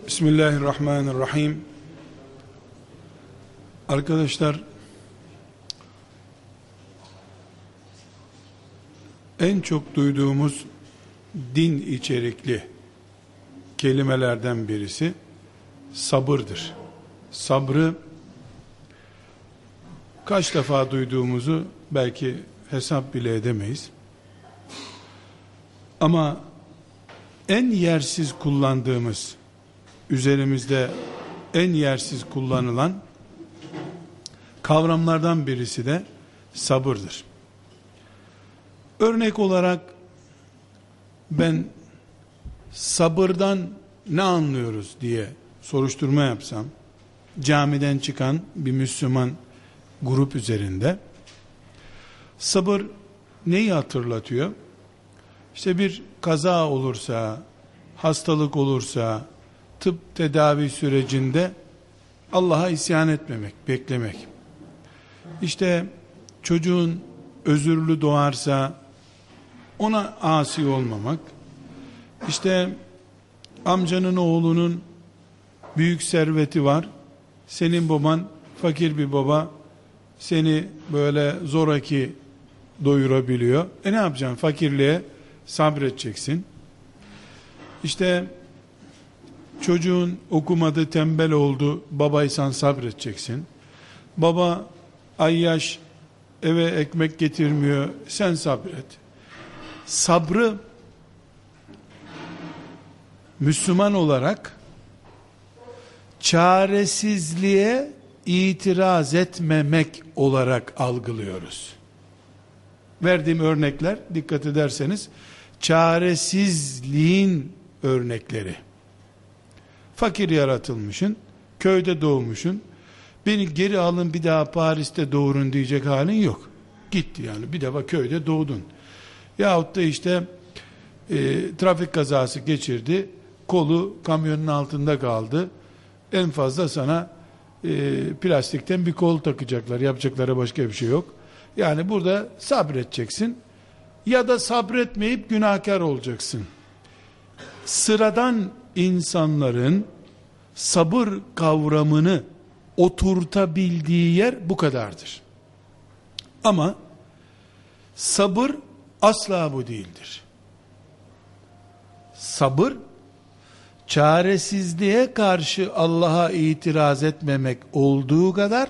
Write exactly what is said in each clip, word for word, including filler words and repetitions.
Bismillahirrahmanirrahim. Arkadaşlar, en çok duyduğumuz din içerikli kelimelerden birisi sabırdır. Sabrı kaç defa duyduğumuzu belki hesap bile edemeyiz. Ama en yersiz kullandığımız, üzerimizde en yersiz kullanılan kavramlardan birisi de sabırdır. Örnek olarak ben sabırdan ne anlıyoruz diye soruşturma yapsam, camiden çıkan bir Müslüman grup üzerinde, sabır neyi hatırlatıyor? İşte bir kaza olursa, hastalık olursa, tıp tedavi sürecinde Allah'a isyan etmemek, beklemek. İşte çocuğun özürlü doğarsa ona asi olmamak. İşte amcanın oğlunun büyük serveti var. Senin baban fakir bir baba. Seni böyle zoraki doyurabiliyor. E ne yapacaksın? Fakirliğe sabredeceksin. İşte çocuğun okumadı, tembel oldu, babaysan sabredeceksin. Baba ayyaş, eve ekmek getirmiyor, sen sabret. Sabrı Müslüman olarak çaresizliğe itiraz etmemek olarak algılıyoruz. Verdiğim örnekler, dikkat ederseniz, çaresizliğin örnekleri. Fakir yaratılmışsın, köyde doğmuşsun, beni geri alın bir daha Paris'te doğurun diyecek halin yok. Gitti yani, bir defa köyde doğdun. Yahut da işte e, trafik kazası geçirdi, kolu kamyonun altında kaldı. En fazla sana e, plastikten bir kol takacaklar, yapacakları başka bir şey yok. Yani burada sabredeceksin ya da sabretmeyip günahkar olacaksın. Sıradan insanların sabır kavramını oturtabildiği yer bu kadardır. Ama sabır asla bu değildir. Sabır, çaresizliğe karşı Allah'a itiraz etmemek olduğu kadar,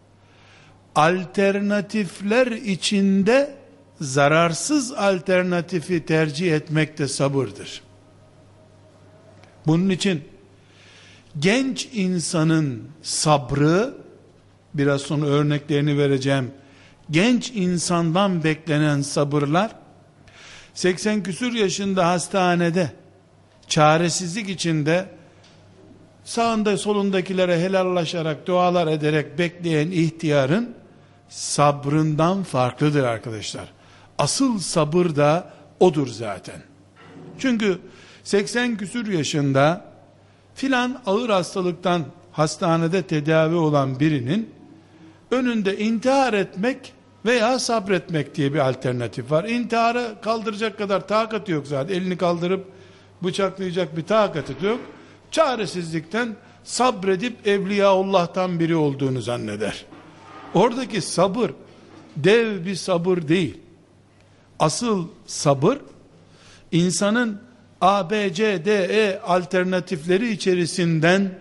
alternatifler içinde zararsız alternatifi tercih etmek de sabırdır. Bunun için genç insanın sabrı, biraz sonra örneklerini vereceğim, genç insandan beklenen sabırlar, seksen küsur yaşında hastanede, çaresizlik içinde, sağında solundakilere helallaşarak, dualar ederek bekleyen ihtiyarın sabrından farklıdır arkadaşlar. Asıl sabır da odur zaten. Çünkü seksen küsur yaşında filan ağır hastalıktan hastanede tedavi olan birinin önünde intihar etmek veya sabretmek diye bir alternatif var. İntiharı kaldıracak kadar takatı yok zaten. Elini kaldırıp bıçaklayacak bir takatı yok. Çaresizlikten sabredip Evliyaullah'tan biri olduğunu zanneder. Oradaki sabır dev bir sabır değil. Asıl sabır insanın A, B, C, D, E alternatifleri içerisinden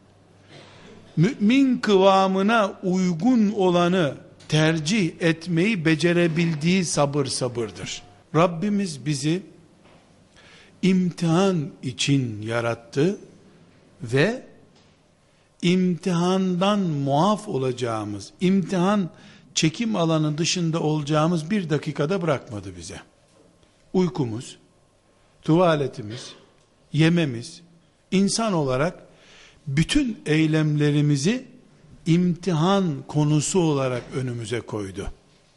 mümin kıvamına uygun olanı tercih etmeyi becerebildiği sabır sabırdır. Rabbimiz bizi imtihan için yarattı ve imtihandan muaf olacağımız, imtihan çekim alanı dışında olacağımız bir dakikada bırakmadı bize. Uykumuz, tuvaletimiz, yememiz, insan olarak bütün eylemlerimizi imtihan konusu olarak önümüze koydu.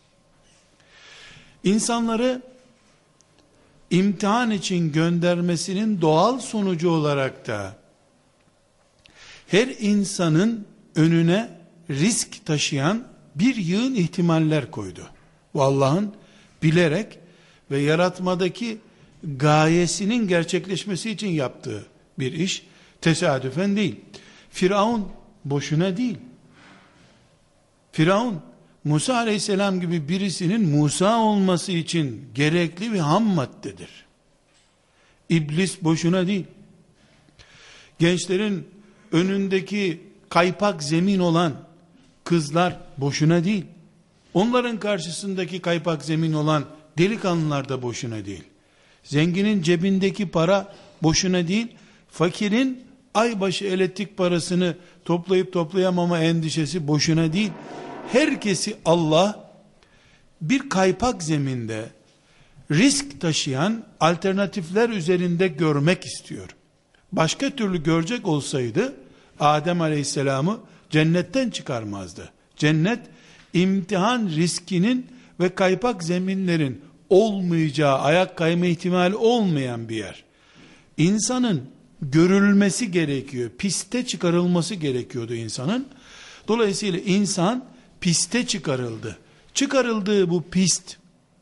İnsanları imtihan için göndermesinin doğal sonucu olarak da her insanın önüne risk taşıyan bir yığın ihtimaller koydu. Bu Allah'ın bilerek ve yaratmadaki gayesinin gerçekleşmesi için yaptığı bir iş. Tesadüfen değil. Firavun boşuna değil. Firavun, Musa aleyhisselam gibi birisinin Musa olması için gerekli bir ham maddedir. İblis boşuna değil. Gençlerin önündeki kaypak zemin olan kızlar boşuna değil. Onların karşısındaki kaypak zemin olan delikanlılar da boşuna değil. Zenginin cebindeki para boşuna değil. Fakirin aybaşı elektrik parasını toplayıp toplayamama endişesi boşuna değil. Herkesi Allah bir kaypak zeminde risk taşıyan alternatifler üzerinde görmek istiyor. Başka türlü görecek olsaydı Adem Aleyhisselam'ı cennetten çıkarmazdı. Cennet imtihan riskinin ve kaypak zeminlerin olmayacağı, ayak kayma ihtimali olmayan bir yer. İnsanın görülmesi gerekiyor. Piste çıkarılması gerekiyordu insanın. Dolayısıyla insan piste çıkarıldı. Çıkarıldığı bu pist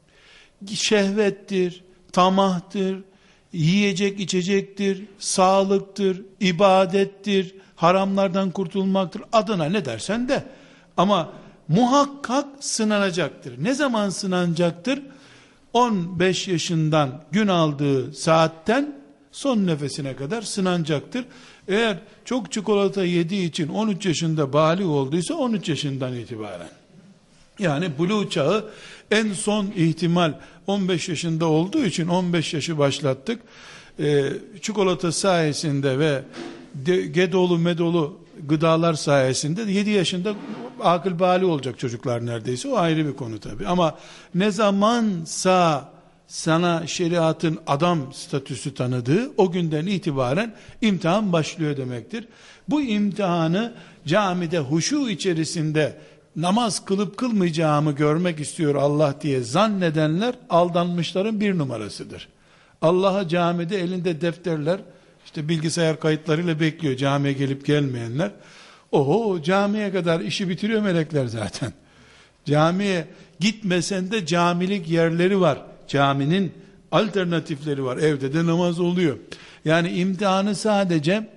şehvettir, tamahtır, yiyecek içecektir, sağlıktır, ibadettir, haramlardan kurtulmaktır. Adına ne dersen de. Ama muhakkak sınanacaktır. Ne zaman sınanacaktır? on beş yaşından gün aldığı saatten son nefesine kadar sınanacaktır. Eğer çok çikolata yediği için on üç yaşında bâlig olduysa on üç yaşından itibaren. Yani buluğ çağı en son ihtimal on beş yaşında olduğu için on beş yaşı başlattık. Ee, çikolata sayesinde ve de, gedolu medolu gıdalar sayesinde yedi yaşında akıl bâli olacak çocuklar neredeyse. O ayrı bir konu tabii. Ama ne zamansa sana şeriatın adam statüsü tanıdığı o günden itibaren imtihan başlıyor demektir. Bu imtihanı camide huşu içerisinde namaz kılıp kılmayacağımı görmek istiyor Allah diye zannedenler aldanmışların bir numarasıdır. Allah'a camide elinde defterler, işte bilgisayar kayıtlarıyla bekliyor camiye gelip gelmeyenler. Oho, camiye kadar işi bitiriyor melekler zaten. Camiye gitmesen de camilik yerleri var. Caminin alternatifleri var. Evde de namaz oluyor. Yani imtihanı sadece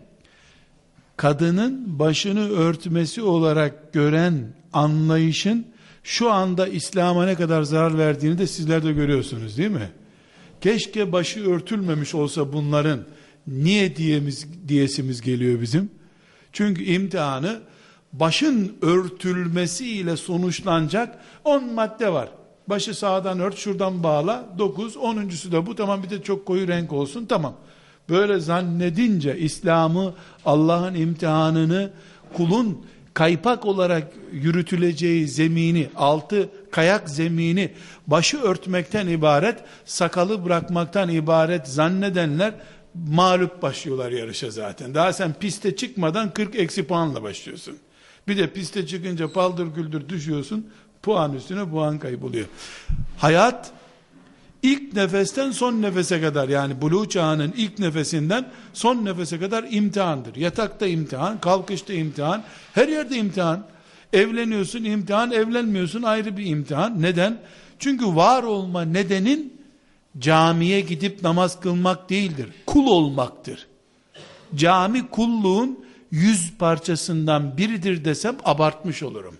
kadının başını örtmesi olarak gören anlayışın şu anda İslam'a ne kadar zarar verdiğini de sizler de görüyorsunuz değil mi? Keşke başı örtülmemiş olsa bunların, niye diyemiz, diyesimiz geliyor bizim. Çünkü imtihanı başın örtülmesiyle sonuçlanacak on madde var. Başı sağdan ört, şuradan bağla, dokuz, onuncusu da bu, tamam bir de çok koyu renk olsun, tamam. Böyle zannedince İslam'ı, Allah'ın imtihanını kulun kaypak olarak yürütüleceği zemini, altı kayak zemini başı örtmekten ibaret, sakalı bırakmaktan ibaret zannedenler mağlup başlıyorlar yarışa zaten. Daha sen piste çıkmadan kırk eksi puanla başlıyorsun. Bir de piste çıkınca paldır güldür düşüyorsun, puan üstüne puan kayboluyor. Hayat ilk nefesten son nefese kadar, yani buluğ çağının ilk nefesinden son nefese kadar imtihandır. Yatakta imtihan, kalkışta imtihan, her yerde imtihan. Evleniyorsun imtihan, evlenmiyorsun ayrı bir imtihan. Neden? Çünkü var olma nedenin camiye gidip namaz kılmak değildir. Kul olmaktır. Cami kulluğun yüz parçasından biridir desem abartmış olurum.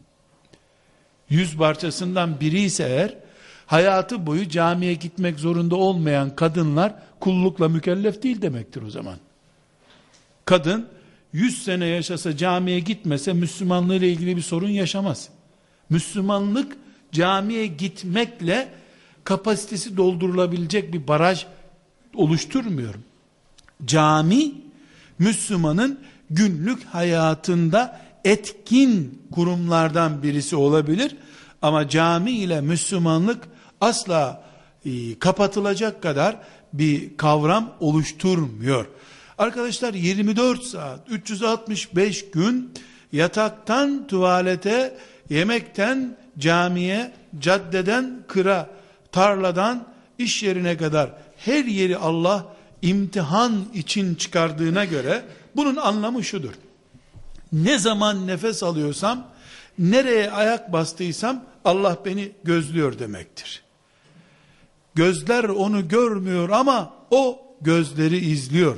Yüz parçasından biri ise eğer, hayatı boyu camiye gitmek zorunda olmayan kadınlar kullukla mükellef değil demektir o zaman. Kadın yüz sene yaşasa, camiye gitmese Müslümanlığı ile ilgili bir sorun yaşamaz. Müslümanlık camiye gitmekle kapasitesi doldurulabilecek bir baraj oluşturmuyor. Cami Müslümanın günlük hayatında etkin kurumlardan birisi olabilir. Ama cami ile Müslümanlık asla e, kapatılacak kadar bir kavram oluşturmuyor. Arkadaşlar yirmi dört saat, üç yüz altmış beş gün yataktan tuvalete, yemekten camiye, caddeden kıra, tarladan iş yerine kadar her yeri Allah imtihan için çıkardığına göre bunun anlamı şudur: ne zaman nefes alıyorsam, nereye ayak bastıysam Allah beni gözlüyor demektir. Gözler onu görmüyor ama o gözleri izliyor.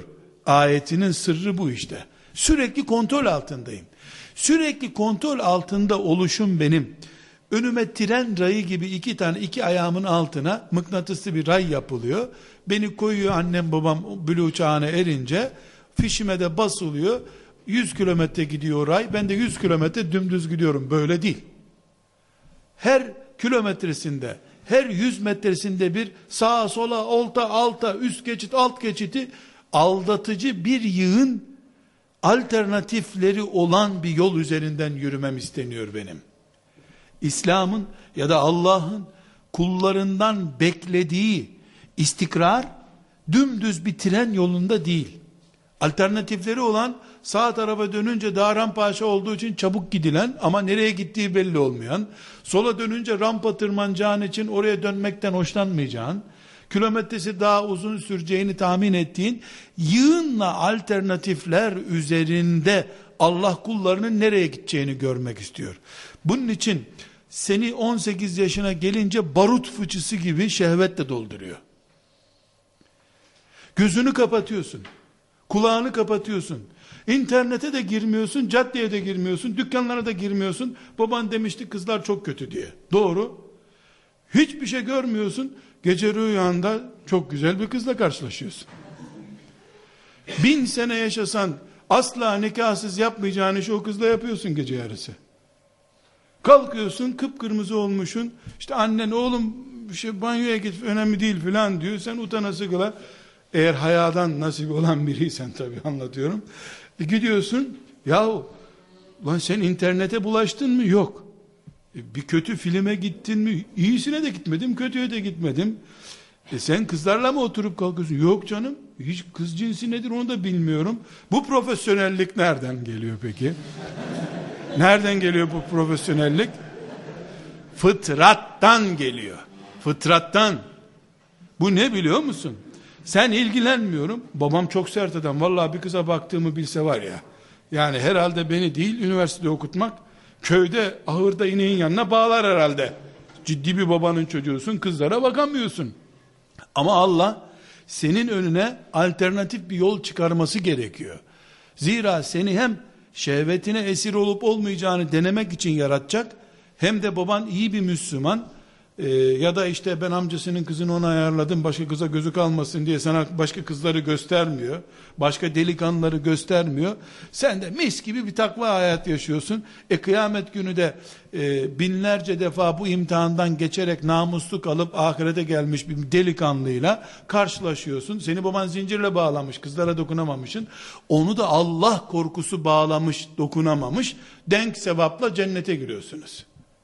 ayetinin sırrı bu işte. Sürekli kontrol altındayım. Sürekli kontrol altında oluşum benim. Önüme tren rayı gibi iki tane, iki ayağımın altına mıknatıslı bir ray yapılıyor. Beni koyuyor annem babam bülüğ çağına erince, fişime de basılıyor. yüz kilometre gidiyor ray, ben de yüz kilometre dümdüz gidiyorum. Böyle değil. Her kilometresinde, her yüz metresinde bir sağa sola, olta alta, üst geçit alt geçiti aldatıcı bir yığın alternatifleri olan bir yol üzerinden yürümem isteniyor benim. İslam'ın ya da Allah'ın kullarından beklediği istikrar dümdüz bir tren yolunda değil. Alternatifleri olan, sağ tarafa dönünce daha rampa aşağı olduğu için çabuk gidilen ama nereye gittiği belli olmayan, sola dönünce rampa tırmanacağın için oraya dönmekten hoşlanmayacağın, kilometresi daha uzun süreceğini tahmin ettiğin yığınla alternatifler üzerinde Allah kullarının nereye gideceğini görmek istiyor. Bunun için seni on sekiz yaşına gelince barut fıçısı gibi şehvetle dolduruyor. Gözünü kapatıyorsun. Kulağını kapatıyorsun. İnternete de girmiyorsun, caddeye de girmiyorsun, dükkanlara da girmiyorsun. Baban demişti kızlar çok kötü diye. Doğru. Hiçbir şey görmüyorsun. Gece rüyanda çok güzel bir kızla karşılaşıyorsun. Bin sene yaşasan asla nikahsız yapmayacağın işi o kızla yapıyorsun gece yarısı. Kalkıyorsun, kıpkırmızı olmuşsun. İşte annen oğlum şey, banyoya git önemli değil filan diyor. Sen utanası kadar, eğer hayadan nasip olan biriysen tabii anlatıyorum. E gidiyorsun, yahu lan sen internete bulaştın mı? Yok. E bir kötü filme gittin mi? İyisine de gitmedim, kötüye de gitmedim. E sen kızlarla mı oturup kalkıyorsun? Yok canım. Hiç kız cinsi nedir onu da bilmiyorum. Bu profesyonellik nereden geliyor peki? Nereden geliyor bu profesyonellik? Fıtrattan geliyor. Fıtrattan. Bu ne biliyor musun? Sen ilgilenmiyorum. Babam çok sert adam. Vallahi bir kıza baktığımı bilse var ya. Yani herhalde beni değil üniversitede okutmak, köyde ahırda ineğin yanına bağlar herhalde. Ciddi bir babanın çocuğusun, kızlara bakamıyorsun. Ama Allah senin önüne alternatif bir yol çıkarması gerekiyor. Zira seni hem şehvetine esir olup olmayacağını denemek için yaratacak, hem de baban iyi bir Müslüman, Ee, ya da işte ben amcasının kızını ona ayarladım, başka kıza gözü kalmasın diye sana başka kızları göstermiyor, başka delikanlıları göstermiyor. Sen de mis gibi bir takva hayat yaşıyorsun. E kıyamet günü de e, binlerce defa bu imtihandan geçerek namuslu kalıp ahirete gelmiş bir delikanlıyla karşılaşıyorsun. Seni baban zincirle bağlamış, kızlara dokunamamışsın. Onu da Allah korkusu bağlamış, dokunamamış. Denk sevapla cennete giriyorsunuz.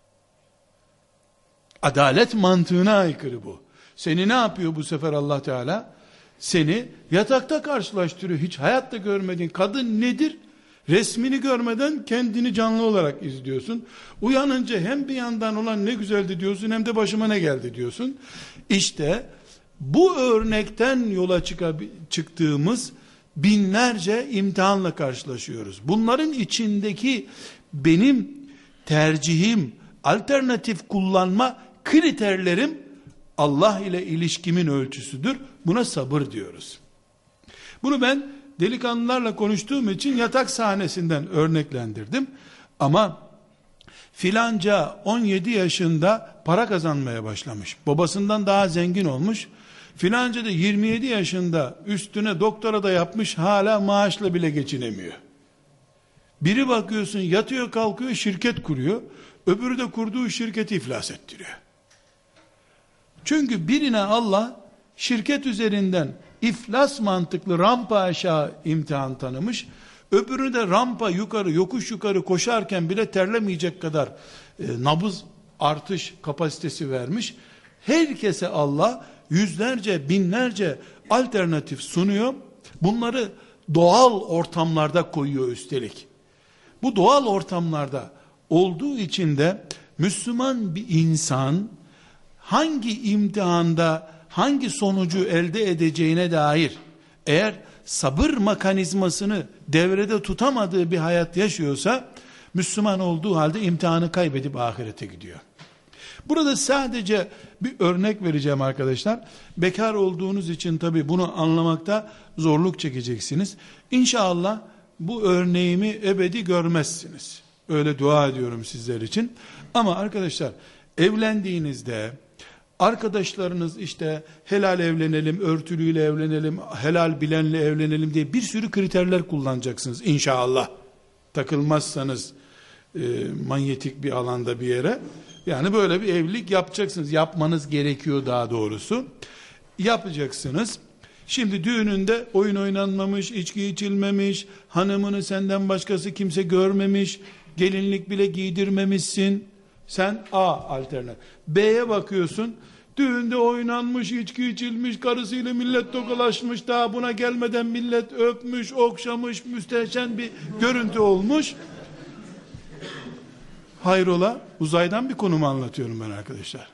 Adalet mantığına aykırı bu. Seni ne yapıyor bu sefer Allah Teala? Seni yatakta karşılaştırıyor. Hiç hayatta görmediğin kadın nedir? Resmini görmeden kendini canlı olarak izliyorsun. Uyanınca hem bir yandan olan ne güzeldi diyorsun, hem de başıma ne geldi diyorsun. İşte bu örnekten yola çıktığımız binlerce imtihanla karşılaşıyoruz. Bunların içindeki benim tercihim, alternatif kullanma kriterlerim Allah ile ilişkimin ölçüsüdür. Buna sabır diyoruz. Bunu ben delikanlılarla konuştuğum için yatak sahnesinden örneklendirdim. Ama filanca on yedi yaşında para kazanmaya başlamış. Babasından daha zengin olmuş. Filanca da yirmi yedi yaşında üstüne doktora da yapmış, hala maaşla bile geçinemiyor. Biri bakıyorsun yatıyor kalkıyor şirket kuruyor. Öbürü de kurduğu şirketi iflas ettiriyor. Çünkü birine Allah şirket üzerinden iflas mantıklı rampa aşağı imtihan tanımış. Öbürünü de rampa yukarı yokuş yukarı koşarken bile terlemeyecek kadar e, nabız artış kapasitesi vermiş. Herkese Allah yüzlerce binlerce alternatif sunuyor. Bunları doğal ortamlarda koyuyor üstelik. Bu doğal ortamlarda olduğu için de Müslüman bir insan hangi imtihanda hangi sonucu elde edeceğine dair eğer sabır mekanizmasını devrede tutamadığı bir hayat yaşıyorsa, Müslüman olduğu halde imtihanı kaybedip ahirete gidiyor. Burada sadece bir örnek vereceğim arkadaşlar. Bekar olduğunuz için tabii bunu anlamakta zorluk çekeceksiniz. İnşallah bu örneğimi ebedi görmezsiniz. Öyle dua ediyorum sizler için. Ama arkadaşlar, evlendiğinizde arkadaşlarınız işte helal evlenelim, örtülüyle evlenelim, helal bilenle evlenelim diye bir sürü kriterler kullanacaksınız inşallah. Takılmazsanız e, manyetik bir alanda bir yere. Yani böyle bir evlilik yapacaksınız. Yapmanız gerekiyor daha doğrusu. Yapacaksınız. Şimdi düğününde oyun oynanmamış, içki içilmemiş, hanımını senden başkası kimse görmemiş, gelinlik bile giydirmemişsin. Sen A alternatif. B'ye bakıyorsun. Düğünde oynanmış, içki içilmiş, karısıyla millet tokalaşmış, daha buna gelmeden millet öpmüş, okşamış, müstehcen bir görüntü olmuş. Hayrola, uzaydan bir konumu anlatıyorum ben arkadaşlar.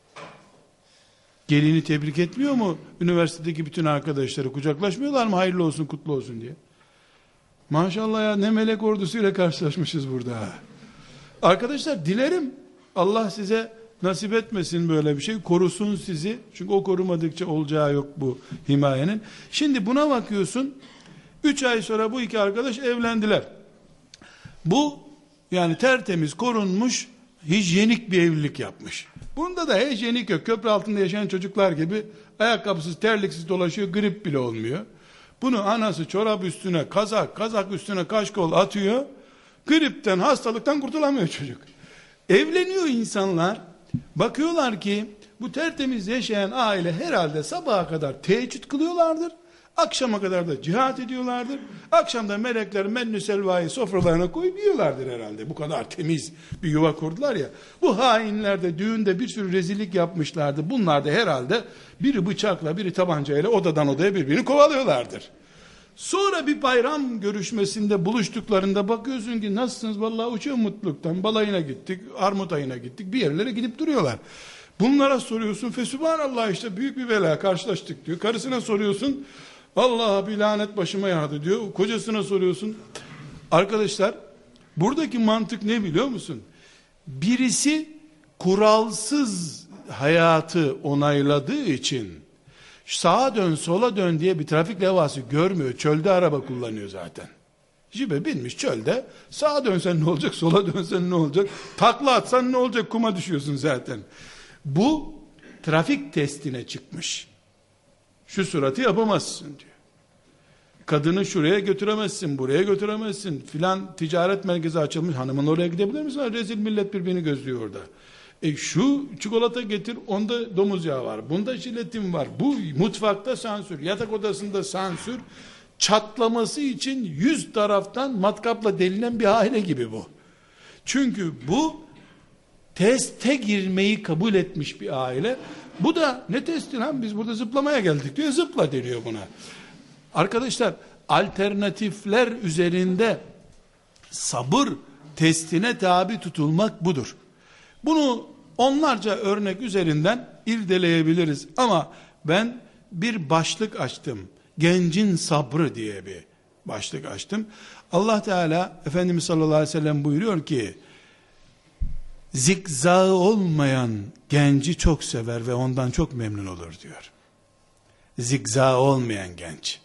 Gelini tebrik etmiyor mu? Üniversitedeki bütün arkadaşları kucaklaşmıyorlar mı? Hayırlı olsun, kutlu olsun diye. Maşallah ya, ne melek ordusuyla karşılaşmışız burada. Arkadaşlar, dilerim Allah size nasip etmesin böyle bir şey, korusun sizi. Çünkü o korumadıkça olacağı yok bu himayenin. Şimdi buna bakıyorsun, üç ay sonra bu iki arkadaş evlendiler. Bu yani tertemiz, korunmuş, hijyenik bir evlilik yapmış. Bunda da hijyenik yok. Köprü altında yaşayan çocuklar gibi ayakkabısız, terliksiz dolaşıyor, grip bile olmuyor. Bunu anası çorap üstüne kazak, kazak üstüne kaşkol atıyor. Gripten, hastalıktan kurtulamıyor çocuk. Evleniyor insanlar. Bakıyorlar ki bu tertemiz yaşayan aile herhalde sabaha kadar teheccüd kılıyorlardır. Akşama kadar da cihat ediyorlardır. Akşamda melekler mennü selvayı sofralarına koyup yiyorlardır herhalde. Bu kadar temiz bir yuva kurdular ya. Bu hainler de düğünde bir sürü rezillik yapmışlardı. Bunlar da herhalde biri bıçakla, biri tabancayla odadan odaya birbirini kovalıyorlardır. Sonra bir bayram görüşmesinde buluştuklarında bakıyorsun ki nasılsınız, vallahi uçuyor mutluluktan, balayına gittik, armut ayına gittik, bir yerlere gidip duruyorlar. Bunlara soruyorsun, fesubhanallah işte büyük bir bela karşılaştık diyor. Karısına soruyorsun, Allah'a bir lanet başıma yağdı diyor. Kocasına soruyorsun. Arkadaşlar, buradaki mantık ne biliyor musun? Birisi kuralsız hayatı onayladığı için sağa dön sola dön diye bir trafik levhası görmüyor. Çölde araba kullanıyor zaten. Jipe binmiş çölde. Sağa dönsen ne olacak, sola dönsen ne olacak? Takla atsan ne olacak, kuma düşüyorsun zaten. Bu trafik testine çıkmış. Şu suratı yapamazsın diyor. Kadını şuraya götüremezsin, buraya götüremezsin. Filan ticaret merkezi açılmış, hanımın oraya gidebilir misin? Rezil millet birbirini gözlüyor orada. E şu çikolata getir, onda domuz yağı var. Bunda jiletin var. Bu mutfakta sansür, yatak odasında sansür. Çatlaması için yüz taraftan matkapla delinen bir aile gibi bu. Çünkü bu teste girmeyi kabul etmiş bir aile. Bu da ne testi lan, biz burada zıplamaya geldik diyor, zıpla deniyor buna. Arkadaşlar, alternatifler üzerinde sabır testine tabi tutulmak budur. Bunu onlarca örnek üzerinden irdeleyebiliriz ama ben bir başlık açtım. Gencin sabrı diye bir başlık açtım. Allah Teala Efendimiz sallallahu aleyhi ve sellem buyuruyor ki, zikzağı olmayan genci çok sever ve ondan çok memnun olur diyor. Zikzağı olmayan genç.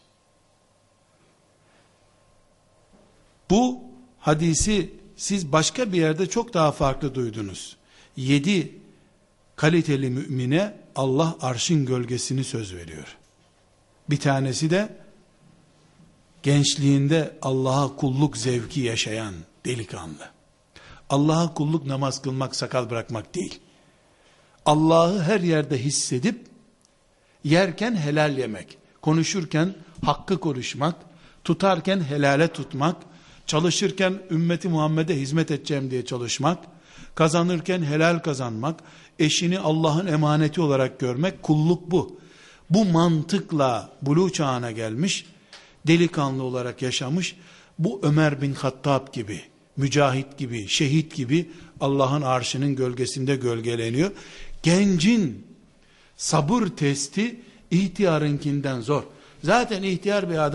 Bu hadisi siz başka bir yerde çok daha farklı duydunuz. Yedi kaliteli mümine Allah arşın gölgesini söz veriyor. Bir tanesi de gençliğinde Allah'a kulluk zevki yaşayan delikanlı. Allah'a kulluk namaz kılmak, sakal bırakmak değil. Allah'ı her yerde hissedip yerken helal yemek, konuşurken hakkı konuşmak, tutarken helale tutmak, çalışırken ümmeti Muhammed'e hizmet edeceğim diye çalışmak, kazanırken helal kazanmak, eşini Allah'ın emaneti olarak görmek, kulluk bu. Bu mantıkla buluğ çağına gelmiş, delikanlı olarak yaşamış, bu Ömer bin Hattab gibi, Mücahit gibi, şehit gibi Allah'ın arşının gölgesinde gölgeleniyor. Gencin sabır testi ihtiyarınkinden zor. Zaten ihtiyar bir adam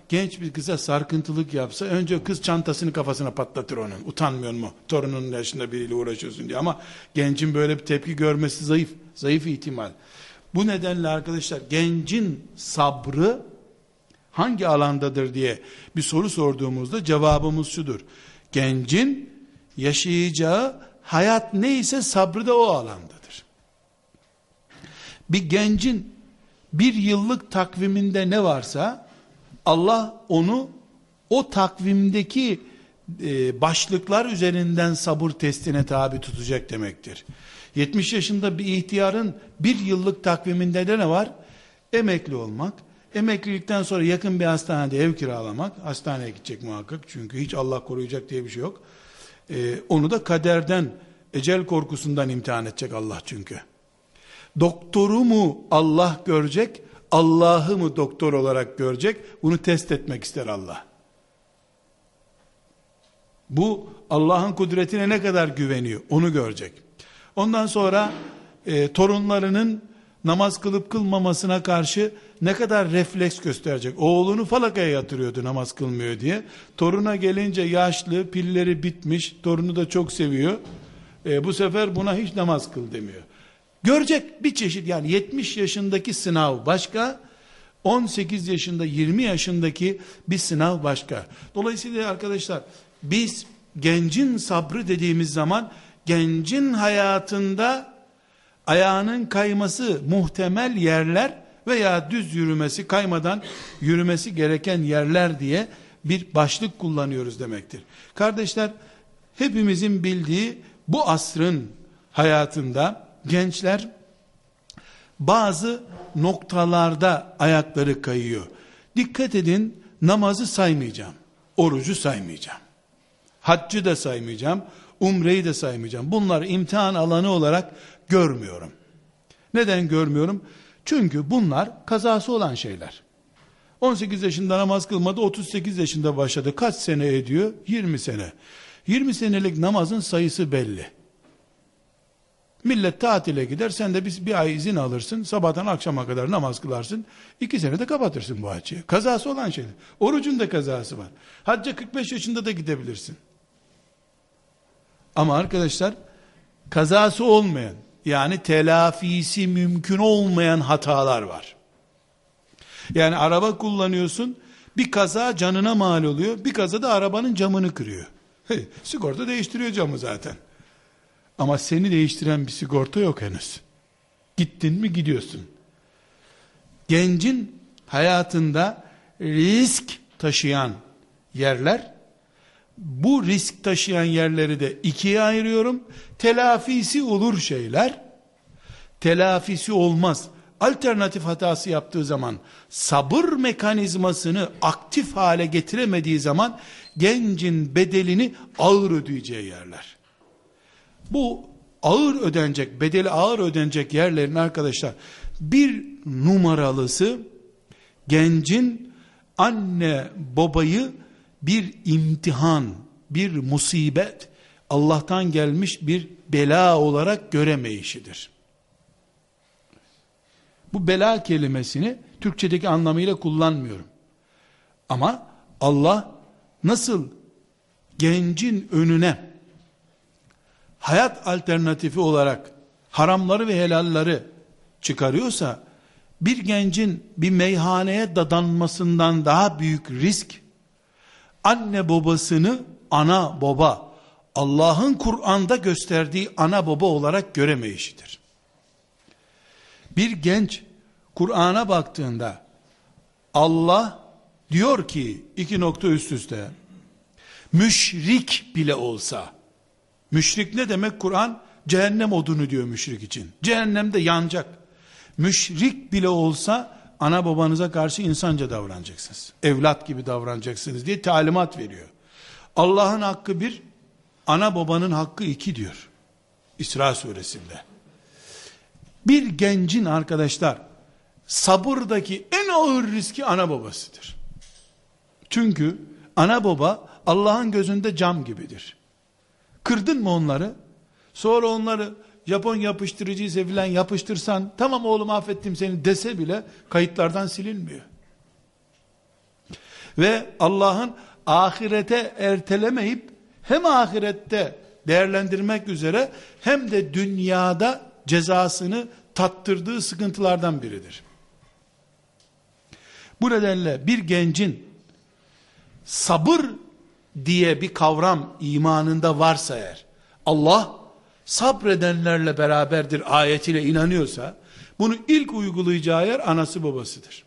genç bir kıza sarkıntılık yapsa önce kız çantasını kafasına patlatır onun. Utanmıyor mu? Torunun yaşında biriyle uğraşıyorsun diye. Ama gencin böyle bir tepki görmesi zayıf. Zayıf ihtimal. Bu nedenle arkadaşlar gencin sabrı hangi alandadır diye bir soru sorduğumuzda cevabımız şudur. Gencin yaşayacağı hayat neyse sabrı da o alandadır. Bir gencin bir yıllık takviminde ne varsa Allah onu o takvimdeki e, başlıklar üzerinden sabır testine tabi tutacak demektir. yetmiş yaşında bir ihtiyarın bir yıllık takviminde de ne var? Emekli olmak. Emeklilikten sonra yakın bir hastanede ev kiralamak. Hastaneye gidecek muhakkak. Çünkü hiç Allah koruyacak diye bir şey yok. Ee, onu da kaderden, ecel korkusundan imtihan edecek Allah çünkü. Doktoru mu Allah görecek, Allah'ı mı doktor olarak görecek? Bunu test etmek ister Allah. Bu Allah'ın kudretine ne kadar güveniyor? Onu görecek. Ondan sonra e, torunlarının namaz kılıp kılmamasına karşı ne kadar refleks gösterecek. Oğlunu falakaya yatırıyordu namaz kılmıyor diye. Toruna gelince yaşlı, pilleri bitmiş, torunu da çok seviyor. E, bu sefer buna hiç namaz kıl demiyor. Görecek bir çeşit, yani yetmiş yaşındaki sınav başka, on sekiz yaşında, yirmi yaşındaki bir sınav başka. Dolayısıyla arkadaşlar biz gencin sabrı dediğimiz zaman gencin hayatında ayağının kayması muhtemel yerler veya düz yürümesi, kaymadan yürümesi gereken yerler diye bir başlık kullanıyoruz demektir. Kardeşler, hepimizin bildiği bu asrın hayatında gençler bazı noktalarda ayakları kayıyor. Dikkat edin, namazı saymayacağım, orucu saymayacağım, haccı da saymayacağım, umreyi de saymayacağım. Bunları imtihan alanı olarak görmüyorum. Neden görmüyorum? Çünkü bunlar kazası olan şeyler. on sekiz yaşında namaz kılmadı, otuz sekiz yaşında başladı. Kaç sene ediyor? yirmi sene. yirmi senelik namazın sayısı belli. Millet tatile gider, sen de bir, bir ay izin alırsın, sabahtan akşama kadar namaz kılarsın, iki senede kapatırsın bu hacı. Kazası olan şeyler. Orucun da kazası var. Hacca kırk beş yaşında da gidebilirsin. Ama arkadaşlar, kazası olmayan, yani telafisi mümkün olmayan hatalar var. Yani araba kullanıyorsun, bir kaza canına mal oluyor, bir kaza da arabanın camını kırıyor. Hey, sigorta değiştiriyor camı zaten. Ama seni değiştiren bir sigorta yok henüz. Gittin mi gidiyorsun. Gencin hayatında risk taşıyan yerler, bu risk taşıyan yerleri de ikiye ayırıyorum. Telafisi olur şeyler, telafisi olmaz. Alternatif hatası yaptığı zaman, sabır mekanizmasını aktif hale getiremediği zaman, gencin bedelini ağır ödeyeceği yerler. Bu ağır ödenecek, bedeli ağır ödenecek yerlerin arkadaşlar, bir numaralısı, gencin anne babayı bir imtihan, bir musibet, Allah'tan gelmiş bir bela olarak göremeyişidir. Bu bela kelimesini Türkçedeki anlamıyla kullanmıyorum. Ama Allah nasıl gencin önüne hayat alternatifi olarak haramları ve helalleri çıkarıyorsa, bir gencin bir meyhaneye dadanmasından daha büyük risk, anne babasını ana baba, Allah'ın Kur'an'da gösterdiği ana baba olarak göremeyişidir. Bir genç Kur'an'a baktığında Allah diyor ki, iki nokta üst üste, müşrik bile olsa, müşrik ne demek? Kur'an cehennem odunu diyor müşrik için. Cehennemde yanacak. Müşrik bile olsa ana babanıza karşı insanca davranacaksınız. Evlat gibi davranacaksınız diye talimat veriyor. Allah'ın hakkı bir, ana babanın hakkı iki diyor. İsra suresinde. Bir gencin arkadaşlar sabırdaki en ağır riski ana babasıdır. Çünkü ana baba Allah'ın gözünde cam gibidir. Kırdın mı onları? Sonra onları Japon yapıştırıcıysa filan yapıştırsan, tamam oğlum affettim seni dese bile kayıtlardan silinmiyor. Ve Allah'ın ahirete ertelemeyip hem ahirette değerlendirmek üzere hem de dünyada cezasını tattırdığı sıkıntılardan biridir. Bu nedenle bir gencin sabır diye bir kavram imanında varsa eğer, Allah sabredenlerle beraberdir ayetiyle inanıyorsa, bunu ilk uygulayacağı yer anası babasıdır.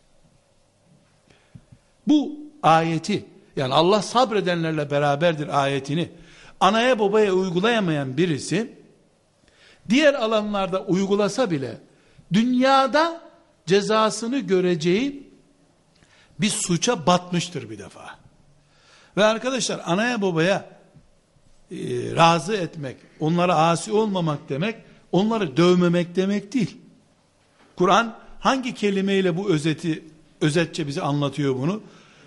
Bu ayeti, yani Allah sabredenlerle beraberdir ayetini anaya babaya uygulayamayan birisi, diğer alanlarda uygulasa bile dünyada cezasını göreceği bir suça batmıştır bir defa. Ve arkadaşlar, anaya babaya e, razı etmek, onlara asi olmamak demek, onları dövmemek demek değil. Kur'an hangi kelimeyle bu özeti özetçe bize anlatıyor bunu?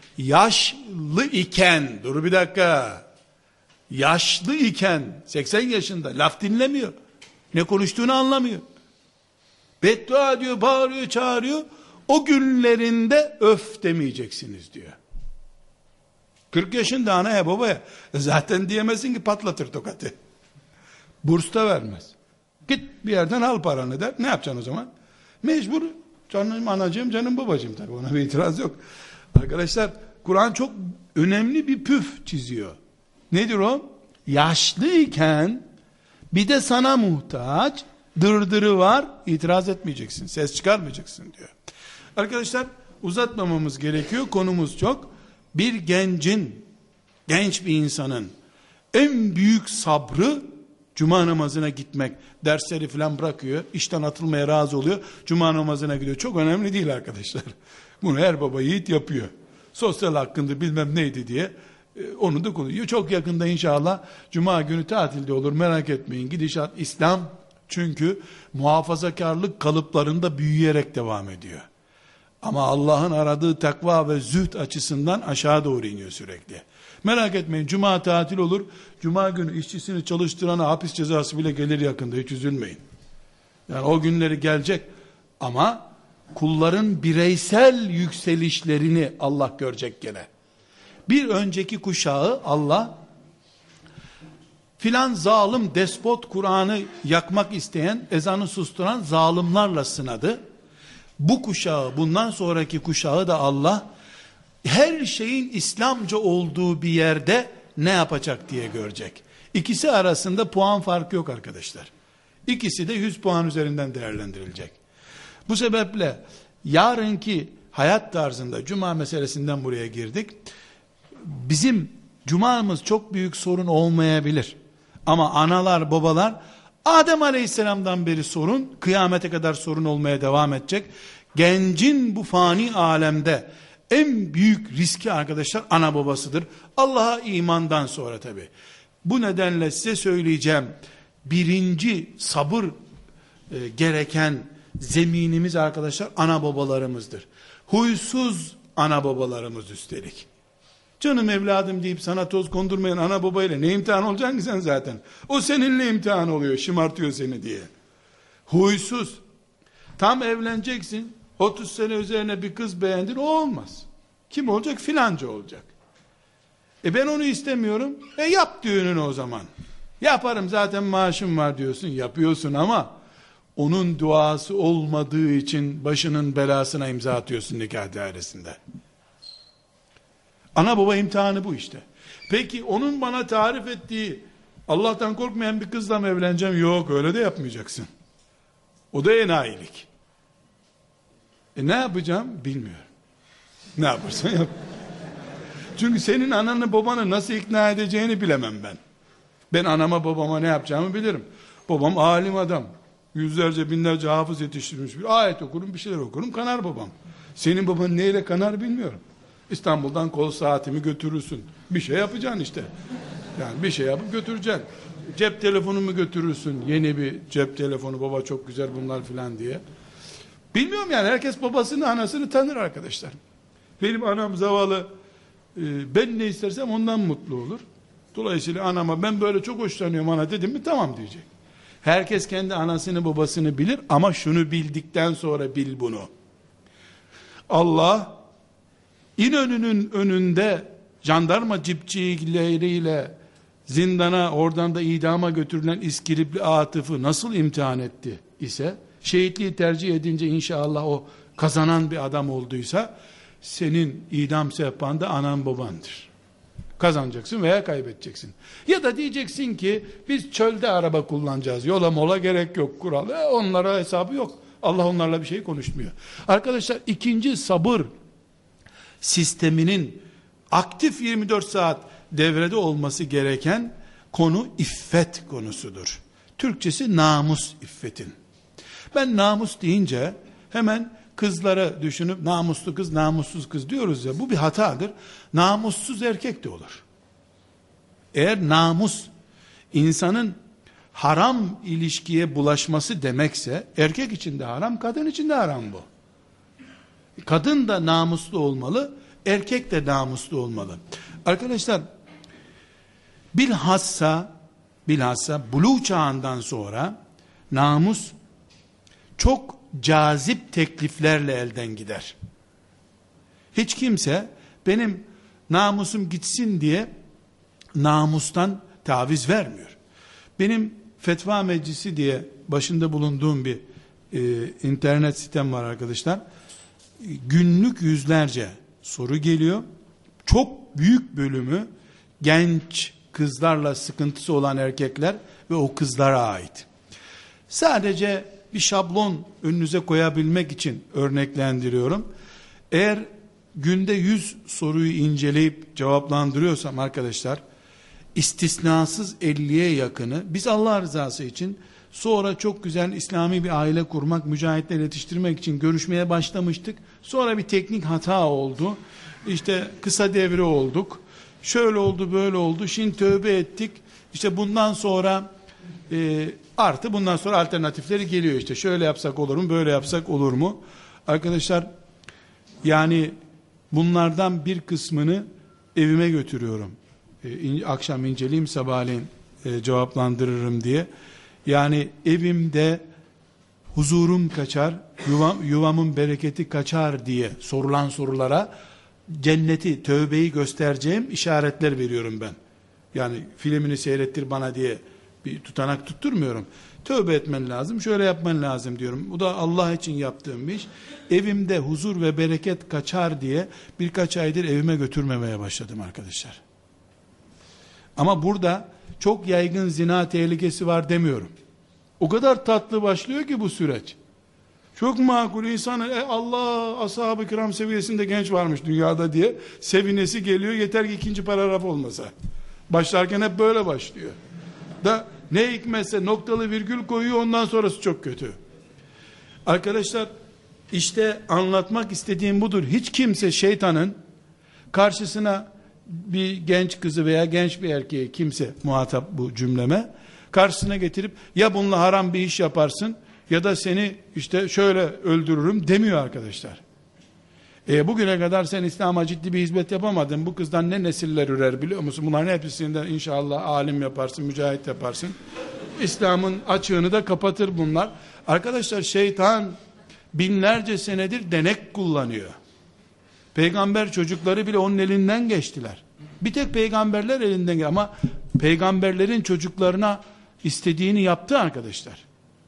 Yaşlı iken, dur bir dakika, yaşlı iken, seksen yaşında, laf dinlemiyor, ne konuştuğunu anlamıyor, beddua diyor, bağırıyor, çağırıyor, o günlerinde öf demeyeceksiniz diyor. kırk yaşında anaya babaya zaten diyemezsin ki, patlatır tokatı. Burs da vermez. Git bir yerden al paranı der. Ne yapacaksın o zaman? Mecbur, canım anacığım, canım babacığım, tabii ona bir itiraz yok. Arkadaşlar, Kur'an çok önemli bir püf çiziyor. Nedir o? Yaşlıyken bir de sana muhtaç, dırdırı var, itiraz etmeyeceksin, ses çıkarmayacaksın diyor. Arkadaşlar, uzatmamamız gerekiyor, konumuz çok. Bir gencin, genç bir insanın en büyük sabrı cuma namazına gitmek. Dersleri falan bırakıyor, işten atılmaya razı oluyor, cuma namazına gidiyor. Çok önemli değil arkadaşlar. Bunu her baba yiğit yapıyor. Sosyal hakkında bilmem neydi diye onu da konuşuyor. Çok yakında inşallah cuma günü tatilde olur, merak etmeyin. Gidişat İslam, çünkü muhafazakarlık kalıplarında büyüyerek devam ediyor. Ama Allah'ın aradığı takva ve zühd açısından aşağı doğru iniyor sürekli. Merak etmeyin, cuma tatil olur, cuma günü işçisini çalıştırana hapis cezası bile gelir yakında, hiç üzülmeyin. Yani o günleri gelecek ama kulların bireysel yükselişlerini Allah görecek gene. Bir önceki kuşağı Allah filan zalim despot Kur'an'ı yakmak isteyen, ezanı susturan zalimlerle sınadı. Bu kuşağı, bundan sonraki kuşağı da Allah her şeyin İslamca olduğu bir yerde ne yapacak diye görecek. İkisi arasında puan farkı yok arkadaşlar. İkisi de yüz puan üzerinden değerlendirilecek. Bu sebeple yarınki hayat tarzında, cuma meselesinden buraya girdik. Bizim cumamız çok büyük sorun olmayabilir. Ama analar, babalar, Adem Aleyhisselam'dan beri sorun, kıyamete kadar sorun olmaya devam edecek. Gencin bu fani alemde en büyük riski arkadaşlar ana babasıdır. Allah'a imandan sonra tabi. Bu nedenle size söyleyeceğim, birinci sabır e, gereken zeminimiz arkadaşlar ana babalarımızdır. Huysuz ana babalarımız üstelik. Canım evladım deyip sana toz kondurmayan ana babayla ne imtihan olacaksın ki sen zaten? O seninle imtihan oluyor, şımartıyor seni diye. Huysuz. Tam evleneceksin, otuz sene üzerine bir kız beğendin, o olmaz. Kim olacak? Filanca olacak. E ben onu istemiyorum. E yap düğününü o zaman. Yaparım zaten, maaşım var diyorsun, yapıyorsun ama onun duası olmadığı için başının belasına imza atıyorsun nikah dairesinde. Ana baba imtihanı bu işte. Peki onun bana tarif ettiği Allah'tan korkmayan bir kızla mı evleneceğim? Yok, öyle de yapmayacaksın. O da enayilik. E ne yapacağım? Bilmiyorum. Ne yaparsan yap. Çünkü senin ananı babanı nasıl ikna edeceğini bilemem ben. Ben anama babama ne yapacağımı bilirim. Babam alim adam. Yüzlerce binlerce hafız yetiştirmiş. Bir ayet okurum, bir şeyler okurum, kanar babam. Senin baban neyle kanar bilmiyorum. İstanbul'dan kol saatimi götürürsün. Bir şey yapacaksın işte. Yani bir şey yapıp götüreceksin. Cep telefonumu götürürsün. Yeni bir cep telefonu, baba çok güzel bunlar filan diye. Bilmiyorum yani, herkes babasını anasını tanır arkadaşlar. Benim anam zavallı, ben ne istersem ondan mutlu olur. Dolayısıyla anama ben böyle çok hoşlanıyorum ana dedim mi tamam diyecek. Herkes kendi anasını babasını bilir ama şunu bildikten sonra bil bunu. Allah İnönü'nün önünde jandarma cipçikleriyle zindana, oradan da idama götürülen İskilipli Atıf'ı nasıl imtihan etti ise, şehitliği tercih edince inşallah o kazanan bir adam olduysa, senin idam sehpanda anan babandır. Kazanacaksın veya kaybedeceksin. Ya da diyeceksin ki biz çölde araba kullanacağız, yola mola gerek yok, kural. E, onlara hesabı yok. Allah onlarla bir şey konuşmuyor. Arkadaşlar, ikinci sabır sisteminin aktif yirmi dört saat devrede olması gereken konu iffet konusudur. Türkçesi namus iffetin. Ben namus deyince hemen kızlara düşünüp namuslu kız, namussuz kız diyoruz ya, bu bir hatadır. Namussuz erkek de olur. Eğer namus insanın haram ilişkiye bulaşması demekse, erkek için de haram, kadın için de haram bu. Kadın da namuslu olmalı, erkek de namuslu olmalı. Arkadaşlar, bilhassa bilhassa buluğ çağından sonra namus çok cazip tekliflerle elden gider. Hiç kimse benim namusum gitsin diye namustan taviz vermiyor. Benim fetva meclisi diye başında bulunduğum bir e, internet sitem var arkadaşlar. Günlük yüzlerce soru geliyor. Çok büyük bölümü genç kızlarla sıkıntısı olan erkekler ve o kızlara ait. Sadece bir şablon önünüze koyabilmek için örneklendiriyorum. Eğer günde yüz soruyu inceleyip cevaplandırıyorsam arkadaşlar, istisnasız elliye yakını biz Allah rızası için sonra çok güzel İslami bir aile kurmak, mücahitler yetiştirmek için görüşmeye başlamıştık. Sonra bir teknik hata oldu. İşte kısa devre olduk. Şöyle oldu, böyle oldu. Şimdi tövbe ettik. İşte bundan sonra e, artı bundan sonra alternatifleri geliyor işte. Şöyle yapsak olur mu, böyle yapsak olur mu? Arkadaşlar, yani bunlardan bir kısmını evime götürüyorum. E, in, akşam inceleyeyim, sabahleyin e, cevaplandırırım diye. Yani evimde huzurum kaçar, yuvam, yuvamın bereketi kaçar diye sorulan sorulara cenneti, tövbeyi göstereceğim işaretler veriyorum ben. Yani filmini seyrettir bana diye bir tutanak tutturmuyorum. Tövbe etmen lazım, şöyle yapman lazım diyorum. Bu da Allah için yaptığım bir iş. Evimde huzur ve bereket kaçar diye birkaç aydır evime götürmemeye başladım arkadaşlar. Ama burada çok yaygın zina tehlikesi var demiyorum. O kadar tatlı başlıyor ki bu süreç. Çok makul insan, e Allah, ashab-ı kiram seviyesinde genç varmış dünyada diye sevinesi geliyor, yeter ki ikinci paragraf olmasa. Başlarken hep böyle başlıyor. Da ne hikmetse noktalı virgül koyuyor, ondan sonrası çok kötü. Arkadaşlar, işte anlatmak istediğim budur. Hiç kimse şeytanın karşısına bir genç kızı veya genç bir erkeği, kimse muhatap bu cümleme, karşısına getirip ya bununla haram bir iş yaparsın ya da seni işte şöyle öldürürüm demiyor arkadaşlar. E bugüne kadar sen İslam'a ciddi bir hizmet yapamadın. Bu kızdan ne nesiller ürer biliyor musun? Bunların hepsinden inşallah alim yaparsın, mücahit yaparsın. İslam'ın açığını da kapatır bunlar. Arkadaşlar, şeytan binlerce senedir denek kullanıyor. Peygamber çocukları bile onun elinden geçtiler. Bir tek peygamberler elinden geçti ama peygamberlerin çocuklarına istediğini yaptı arkadaşlar.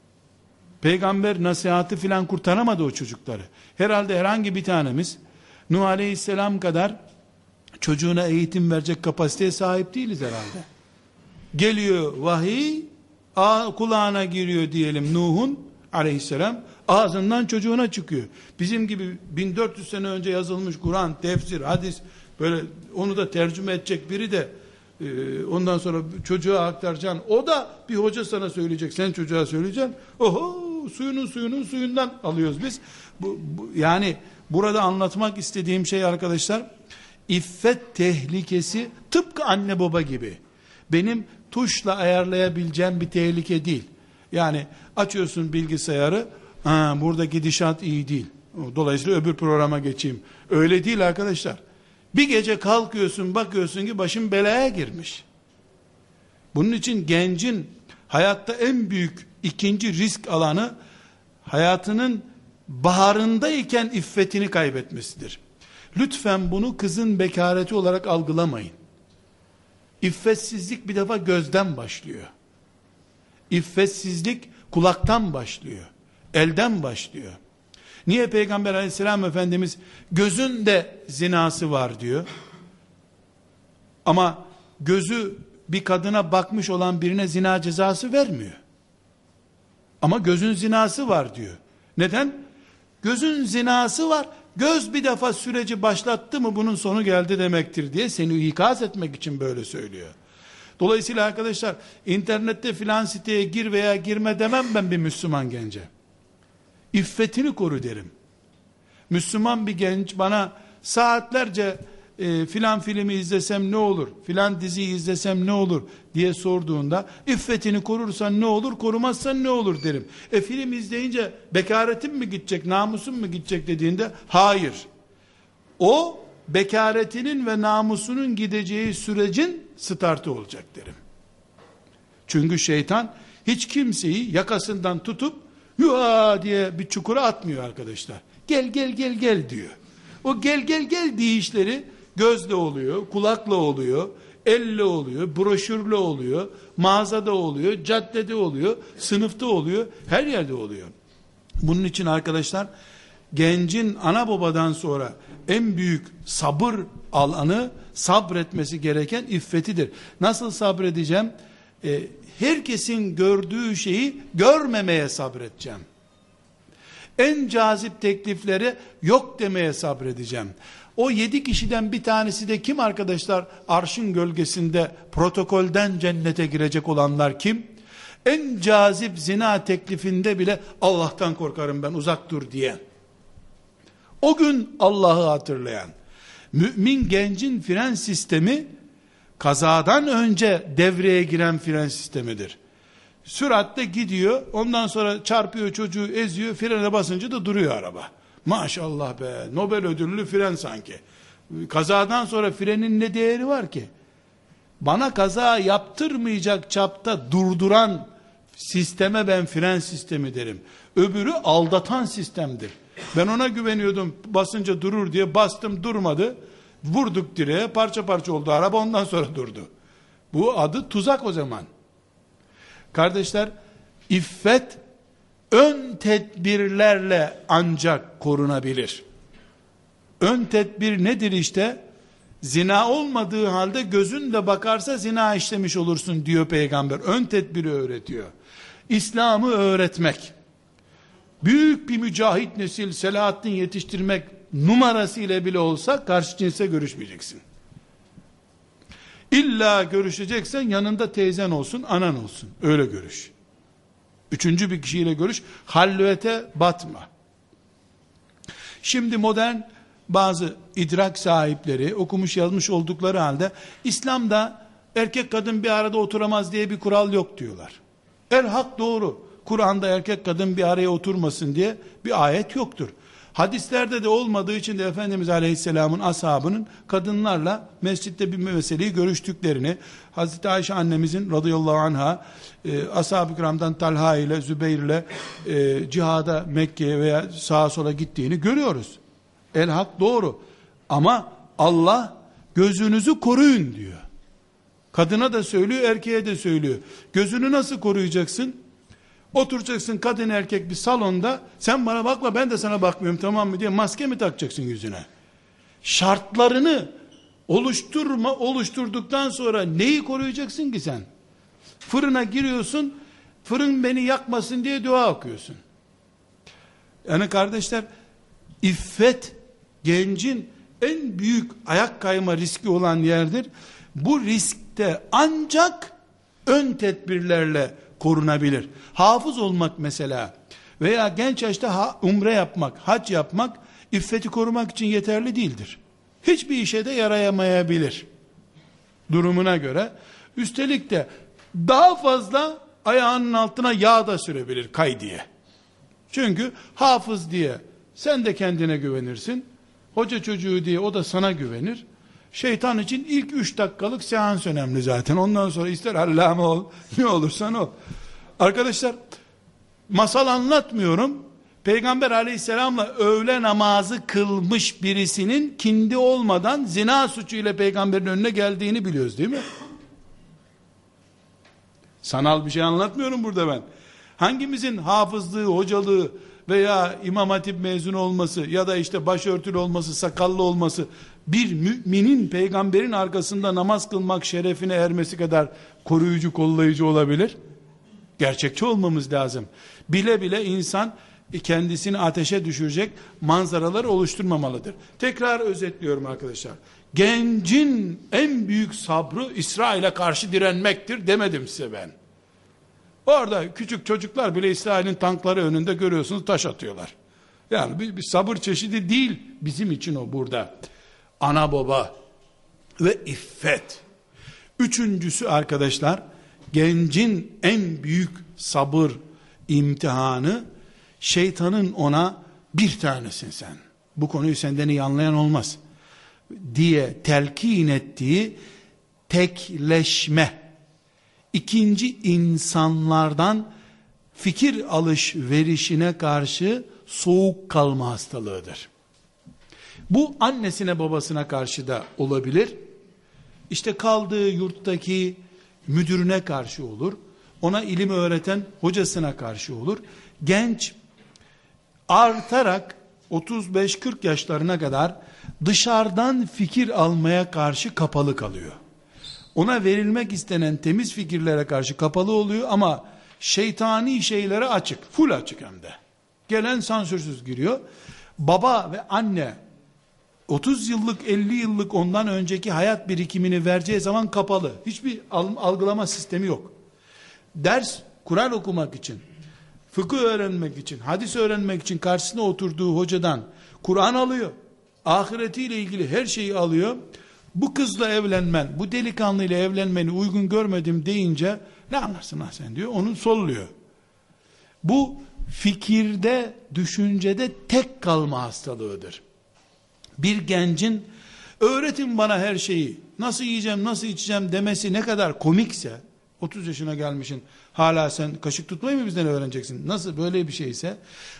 Peygamber nasihatı filan kurtaramadı o çocukları. Herhalde herhangi bir tanemiz Nuh Aleyhisselam kadar çocuğuna eğitim verecek kapasiteye sahip değiliz herhalde. Geliyor vahiy, kulağına giriyor diyelim Nuh'un Aleyhisselam, ağzından çocuğuna çıkıyor. Bizim gibi bin dört yüz sene önce yazılmış Kur'an, tefsir, hadis, böyle onu da tercüme edecek biri de ondan sonra çocuğa aktaracaksın. O da bir hoca sana söyleyecek, sen çocuğa söyleyeceksin. Oho, suyunun suyunun suyundan alıyoruz biz. Bu, bu, yani burada anlatmak istediğim şey arkadaşlar, iffet tehlikesi tıpkı anne baba gibi. Benim tuşla ayarlayabileceğim bir tehlike değil. Yani açıyorsun bilgisayarı, ha, burada gidişat iyi değil, dolayısıyla öbür programa geçeyim. Öyle değil arkadaşlar. Bir gece kalkıyorsun, bakıyorsun ki başın belaya girmiş. Bunun için gencin hayatta en büyük ikinci risk alanı, hayatının baharındayken iffetini kaybetmesidir. Lütfen bunu kızın bekareti olarak algılamayın. İffetsizlik bir defa gözden başlıyor. İffetsizlik kulaktan başlıyor. Elden başlıyor. Niye Peygamber aleyhisselam Efendimiz gözün de zinası var diyor. Ama gözü bir kadına bakmış olan birine zina cezası vermiyor. Ama gözün zinası var diyor. Neden? Gözün zinası var. Göz bir defa süreci başlattı mı bunun sonu geldi demektir diye seni ikaz etmek için böyle söylüyor. Dolayısıyla arkadaşlar internette filan siteye gir veya girme demem ben bir Müslüman gence. İffetini koru derim. Müslüman bir genç bana saatlerce e, filan filmi izlesem ne olur, filan diziyi izlesem ne olur diye sorduğunda iffetini korursan ne olur, korumazsan ne olur derim. E film izleyince bekaretin mi gidecek, namusun mu gidecek dediğinde hayır. O bekaretinin ve namusunun gideceği sürecin startı olacak derim. Çünkü şeytan hiç kimseyi yakasından tutup yuha diye bir çukura atmıyor arkadaşlar. Gel gel gel gel diyor. O gel gel gel deyişleri gözle oluyor, kulakla oluyor, elle oluyor, broşürle oluyor, mağazada oluyor, caddede oluyor, sınıfta oluyor, her yerde oluyor. Bunun için arkadaşlar gencin ana babadan sonra en büyük sabır alanı, sabretmesi gereken iffetidir. Nasıl sabredeceğim? Ee, herkesin gördüğü şeyi görmemeye sabredeceğim. En cazip teklifleri yok demeye sabredeceğim. O yedi kişiden bir tanesi de kim arkadaşlar? Arşın gölgesinde protokolden cennete girecek olanlar kim? En cazip zina teklifinde bile Allah'tan korkarım ben, uzak dur diye. O gün Allah'ı hatırlayan mümin gencin fren sistemi kazadan önce devreye giren fren sistemidir. Süratle gidiyor, ondan sonra çarpıyor çocuğu, eziyor, frene basınca da duruyor araba. Maşallah be, Nobel ödüllü fren sanki. Kazadan sonra frenin ne değeri var ki? Bana kaza yaptırmayacak çapta durduran sisteme ben fren sistemi derim. Öbürü aldatan sistemdir. Ben ona güveniyordum, basınca durur diye bastım, durmadı. Vurduk direğe, parça parça oldu araba, ondan sonra durdu. Bu adı tuzak o zaman. Kardeşler, iffet ön tedbirlerle ancak korunabilir. Ön tedbir nedir işte? Zina olmadığı halde gözün de bakarsa zina işlemiş olursun diyor Peygamber. Ön tedbiri öğretiyor. İslam'ı öğretmek, büyük bir mücahit nesil, Selahaddin yetiştirmek numarası ile bile olsa karşı cinse görüşmeyeceksin. İlla görüşeceksen yanında teyzen olsun, anan olsun. Öyle görüş. Üçüncü bir kişiyle görüş. Halvete batma. Şimdi modern bazı idrak sahipleri okumuş yazmış oldukları halde İslam'da erkek kadın bir arada oturamaz diye bir kural yok diyorlar. El hak doğru. Kur'an'da erkek kadın bir araya oturmasın diye bir ayet yoktur. Hadislerde de olmadığı için de Efendimiz Aleyhisselam'ın ashabının kadınlarla mescitte bir meseleyi görüştüklerini, Hazreti Ayşe annemizin radıyallahu anha e, ashab-ı kiramdan Talha ile Zübeyir ile e, cihada Mekke'ye veya sağa sola gittiğini görüyoruz. El hak doğru. Ama Allah gözünüzü koruyun diyor. Kadına da söylüyor, erkeğe de söylüyor. Gözünü nasıl koruyacaksın? Oturacaksın kadın erkek bir salonda, sen bana bakma ben de sana bakmıyorum tamam mı diye maske mi takacaksın yüzüne? Şartlarını oluşturma oluşturduktan sonra neyi koruyacaksın ki sen? Fırına giriyorsun, fırın beni yakmasın diye dua okuyorsun. Yani kardeşler, iffet gencin en büyük ayak kayma riski olan yerdir. Bu riskte ancak ön tedbirlerle korunabilir. Hafız olmak mesela veya genç yaşta umre yapmak, hac yapmak iffeti korumak için yeterli değildir. Hiçbir işe de yarayamayabilir durumuna göre. Üstelik de daha fazla ayağının altına yağ da sürebilir kay diye. Çünkü hafız diye sen de kendine güvenirsin. Hoca çocuğu diye o da sana güvenir. Şeytan için ilk üç dakikalık seans önemli zaten. Ondan sonra ister allame ol, ne olursan ol. Arkadaşlar, masal anlatmıyorum. Peygamber aleyhisselamla öğle namazı kılmış birisinin kindi olmadan zina suçuyla peygamberin önüne geldiğini biliyoruz değil mi? Sanal bir şey anlatmıyorum burada ben. Hangimizin hafızlığı, hocalığı veya İmam Hatip mezunu olması ya da işte başörtülü olması, sakallı olması bir müminin peygamberin arkasında namaz kılmak şerefine ermesi kadar koruyucu, kollayıcı olabilir? Gerçekçi olmamız lazım. Bile bile insan kendisini ateşe düşürecek manzaralar oluşturmamalıdır. Tekrar özetliyorum arkadaşlar. Gencin en büyük sabrı İsrail'e karşı direnmektir demedim size ben. Orada küçük çocuklar bile İsrail'in tankları önünde görüyorsunuz taş atıyorlar. Yani bir, bir sabır çeşidi değil bizim için o burada. Ana baba ve iffet. Üçüncüsü arkadaşlar, gencin en büyük sabır imtihanı, şeytanın ona bir tanesin sen, bu konuyu senden iyi anlayan olmaz diye telkin ettiği tekleşme, ikinci insanlardan fikir alışverişine karşı soğuk kalma hastalığıdır. Bu annesine babasına karşı da olabilir. İşte kaldığı yurttaki müdürüne karşı olur. Ona ilim öğreten hocasına karşı olur. Genç artarak otuz beş kırk yaşlarına kadar dışarıdan fikir almaya karşı kapalı kalıyor. Ona verilmek istenen temiz fikirlere karşı kapalı oluyor ama şeytani şeylere açık, full açık hem de. Gelen sansürsüz giriyor. Baba ve anne otuz yıllık, elli yıllık ondan önceki hayat birikimini vereceği zaman kapalı. Hiçbir algılama sistemi yok. Ders, Kur'an okumak için, fıkıh öğrenmek için, hadis öğrenmek için karşısına oturduğu hocadan Kur'an alıyor. Ahiretiyle ilgili her şeyi alıyor. Bu kızla evlenmen, bu delikanlıyla evlenmeni uygun görmedim deyince, ne anlarsın ha sen diyor, onu solluyor. Bu fikirde, düşüncede tek kalma hastalığıdır. Bir gencin öğretin bana her şeyi, nasıl yiyeceğim, nasıl içeceğim demesi ne kadar komikse, otuz yaşına gelmişsin, hala sen kaşık tutmayı mı bizden öğreneceksin? Nasıl böyle bir şeyse,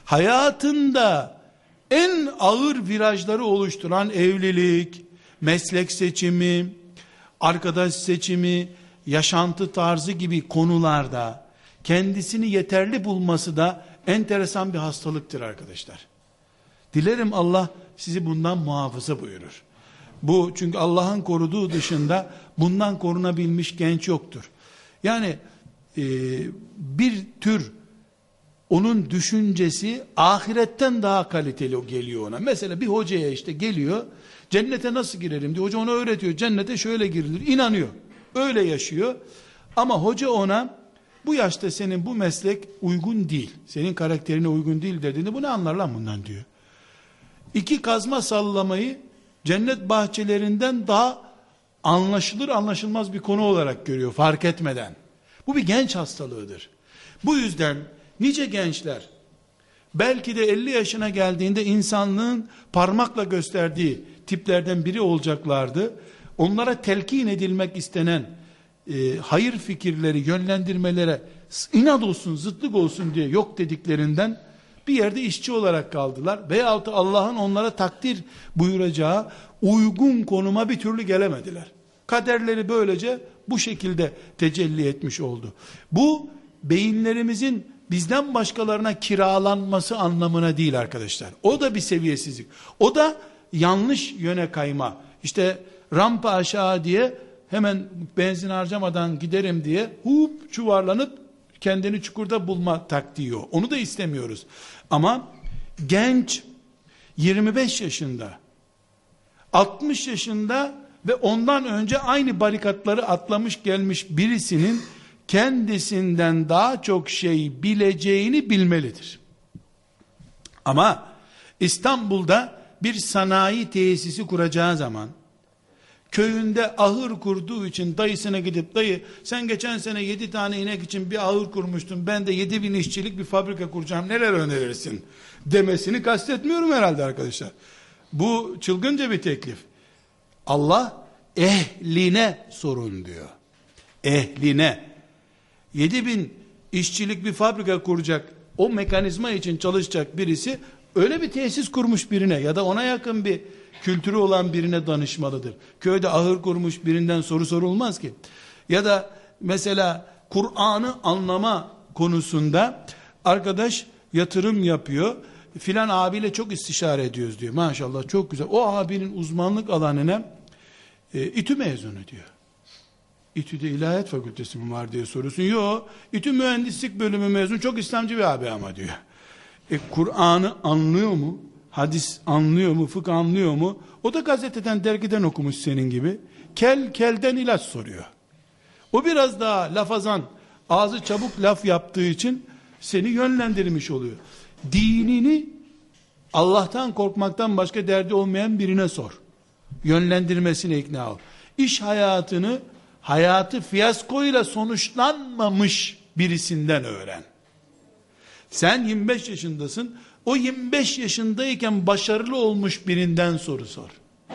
hayatında en ağır virajları oluşturan evlilik, meslek seçimi, arkadaş seçimi, yaşantı tarzı gibi konularda kendisini yeterli bulması da enteresan bir hastalıktır arkadaşlar. Dilerim Allah sizi bundan muhafaza buyurur. Bu çünkü Allah'ın koruduğu dışında bundan korunabilmiş genç yoktur. Yani e, bir tür onun düşüncesi ahiretten daha kaliteli geliyor ona. Mesela bir hocaya işte geliyor, cennete nasıl girerim diyor. Hoca ona öğretiyor. Cennete şöyle girilir. İnanıyor. Öyle yaşıyor. Ama hoca ona bu yaşta senin bu meslek uygun değil. Senin karakterine uygun değil dediğinde bu ne anlar lan bundan diyor. İki kazma sallamayı cennet bahçelerinden daha anlaşılır anlaşılmaz bir konu olarak görüyor fark etmeden. Bu bir genç hastalığıdır. Bu yüzden nice gençler belki de elli yaşına geldiğinde insanlığın parmakla gösterdiği tiplerden biri olacaklardı. Onlara telkin edilmek istenen e, hayır fikirleri yönlendirmelere inat olsun, zıtlık olsun diye yok dediklerinden bir yerde işçi olarak kaldılar. Veyahut da Allah'ın onlara takdir buyuracağı uygun konuma bir türlü gelemediler. Kaderleri böylece bu şekilde tecelli etmiş oldu. Bu beyinlerimizin bizden başkalarına kiralanması anlamına değil arkadaşlar. O da bir seviyesizlik. O da yanlış yöne kayma. İşte rampa aşağı diye hemen benzin harcamadan giderim diye hup çuvarlanıp kendini çukurda bulma taktiği o. Onu da istemiyoruz. Ama genç yirmi beş yaşında, altmış yaşında ve ondan önce aynı barikatları atlamış gelmiş birisinin kendisinden daha çok şey bileceğini bilmelidir. Ama İstanbul'da bir sanayi tesisi kuracağı zaman köyünde ahır kurduğu için dayısına gidip dayı sen geçen sene yedi tane inek için bir ahır kurmuştun, ben de yedi bin işçilik bir fabrika kuracağım, neler önerirsin demesini kastetmiyorum herhalde arkadaşlar. Bu çılgınca bir teklif. Allah ehline sorun diyor. Ehline. Yedi bin işçilik bir fabrika kuracak o mekanizma için çalışacak birisi öyle bir tesis kurmuş birine ya da ona yakın bir kültürü olan birine danışmalıdır. Köyde ahır kurmuş birinden soru sorulmaz ki. Ya da mesela Kur'an'ı anlama konusunda arkadaş yatırım yapıyor. Filan abiyle çok istişare ediyoruz diyor. Maşallah çok güzel. O abinin uzmanlık alanına e, İTÜ mezunu diyor. İTÜ'de İlahiyat Fakültesi mi var diye soruyorsun. Yok. İTÜ Mühendislik Bölümü mezunu, çok İslamcı bir abi ama diyor. E, Kur'an'ı anlıyor mu? Hadis anlıyor mu? Fıkıh anlıyor mu? O da gazeteden, dergiden okumuş senin gibi. Kel kelden ilaç soruyor. O biraz daha lafazan, ağzı çabuk laf yaptığı için seni yönlendirmiş oluyor. Dinini Allah'tan korkmaktan başka derdi olmayan birine sor. Yönlendirmesine ikna ol. İş hayatını, hayatı fiyaskoyla sonuçlanmamış birisinden öğren. Sen yirmi beş yaşındasın. O yirmi beş yaşındayken başarılı olmuş birinden soru sor.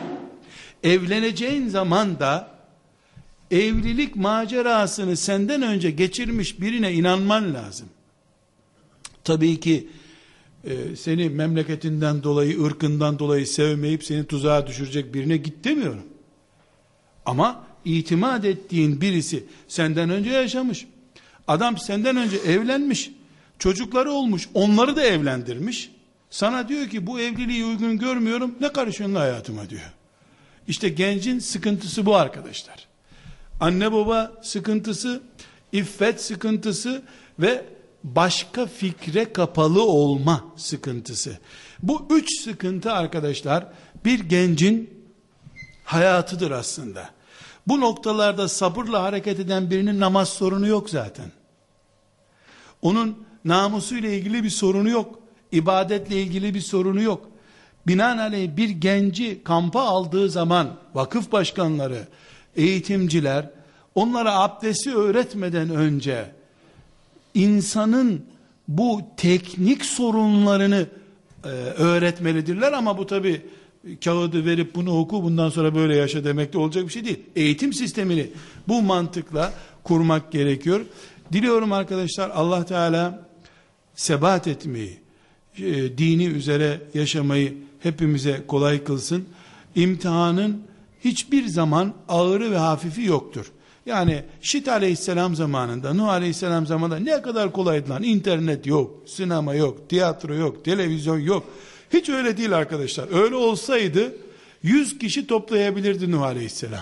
Evleneceğin zaman da evlilik macerasını senden önce geçirmiş birine inanman lazım. Tabii ki e, seni memleketinden dolayı, ırkından dolayı sevmeyip seni tuzağa düşürecek birine git demiyorum. Ama itimat ettiğin birisi senden önce yaşamış. Adam senden önce evlenmiş. Çocukları olmuş. Onları da evlendirmiş. Sana diyor ki bu evliliği uygun görmüyorum. Ne karışıyorsun hayatıma diyor. İşte gencin sıkıntısı bu arkadaşlar. Anne baba sıkıntısı, iffet sıkıntısı ve başka fikre kapalı olma sıkıntısı. Bu üç sıkıntı arkadaşlar bir gencin hayatıdır aslında. Bu noktalarda sabırla hareket eden birinin namaz sorunu yok zaten. Onun namusuyla ilgili bir sorunu yok. İbadetle ilgili bir sorunu yok. Binaenaleyh bir genci kampa aldığı zaman vakıf başkanları, eğitimciler onlara abdesti öğretmeden önce insanın bu teknik sorunlarını e, öğretmelidirler, ama bu tabi kağıdı verip bunu oku bundan sonra böyle yaşa demek de olacak bir şey değil. Eğitim sistemini bu mantıkla kurmak gerekiyor. Diliyorum arkadaşlar Allah Teala sebat etmeyi, e, dini üzere yaşamayı hepimize kolay kılsın. İmtihanın hiçbir zaman ağırı ve hafifi yoktur. Yani Şit aleyhisselam zamanında, Nuh aleyhisselam zamanında ne kadar kolaydı lan. İnternet yok, sinema yok, tiyatro yok, televizyon yok. Hiç öyle değil arkadaşlar. Öyle olsaydı yüz kişi toplayabilirdi Nuh aleyhisselam.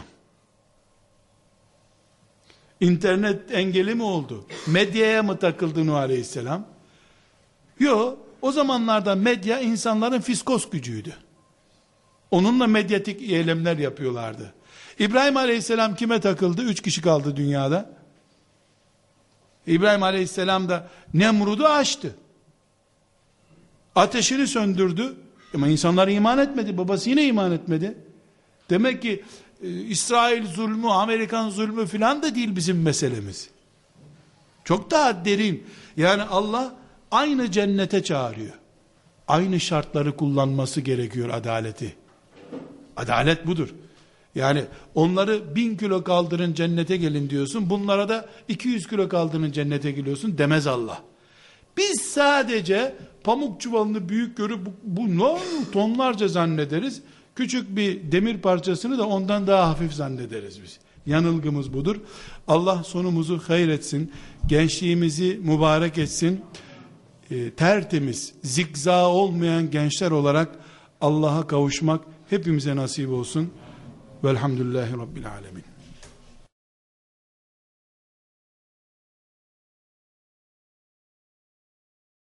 İnternet engeli mi oldu? Medyaya mı takıldı Nuh aleyhisselam? Yok. O zamanlarda medya insanların fiskos gücüydü. Onunla medyatik eylemler yapıyorlardı. İbrahim aleyhisselam kime takıldı? Üç kişi kaldı dünyada. İbrahim aleyhisselam da Nemrud'u aştı. Ateşini söndürdü. Ama insanlar iman etmedi. Babası yine iman etmedi. Demek ki e, İsrail zulmü, Amerikan zulmü filan da değil bizim meselemiz. Çok daha derin. Yani Allah aynı cennete çağırıyor. Aynı şartları kullanması gerekiyor adaleti. Adalet budur. Yani onları bin kilo kaldırın cennete gelin diyorsun. Bunlara da iki yüz kilo kaldırın cennete geliyorsun demez Allah. Biz sadece pamuk çuvalını büyük görüp bu, bu ne tonlarca zannederiz. Küçük bir demir parçasını da ondan daha hafif zannederiz biz. Yanılgımız budur. Allah sonumuzu hayır etsin. Gençliğimizi mübarek etsin. E, tertemiz, zigzag olmayan gençler olarak Allah'a kavuşmak hepimize nasip olsun. Velhamdülillahi Rabbil Alemin.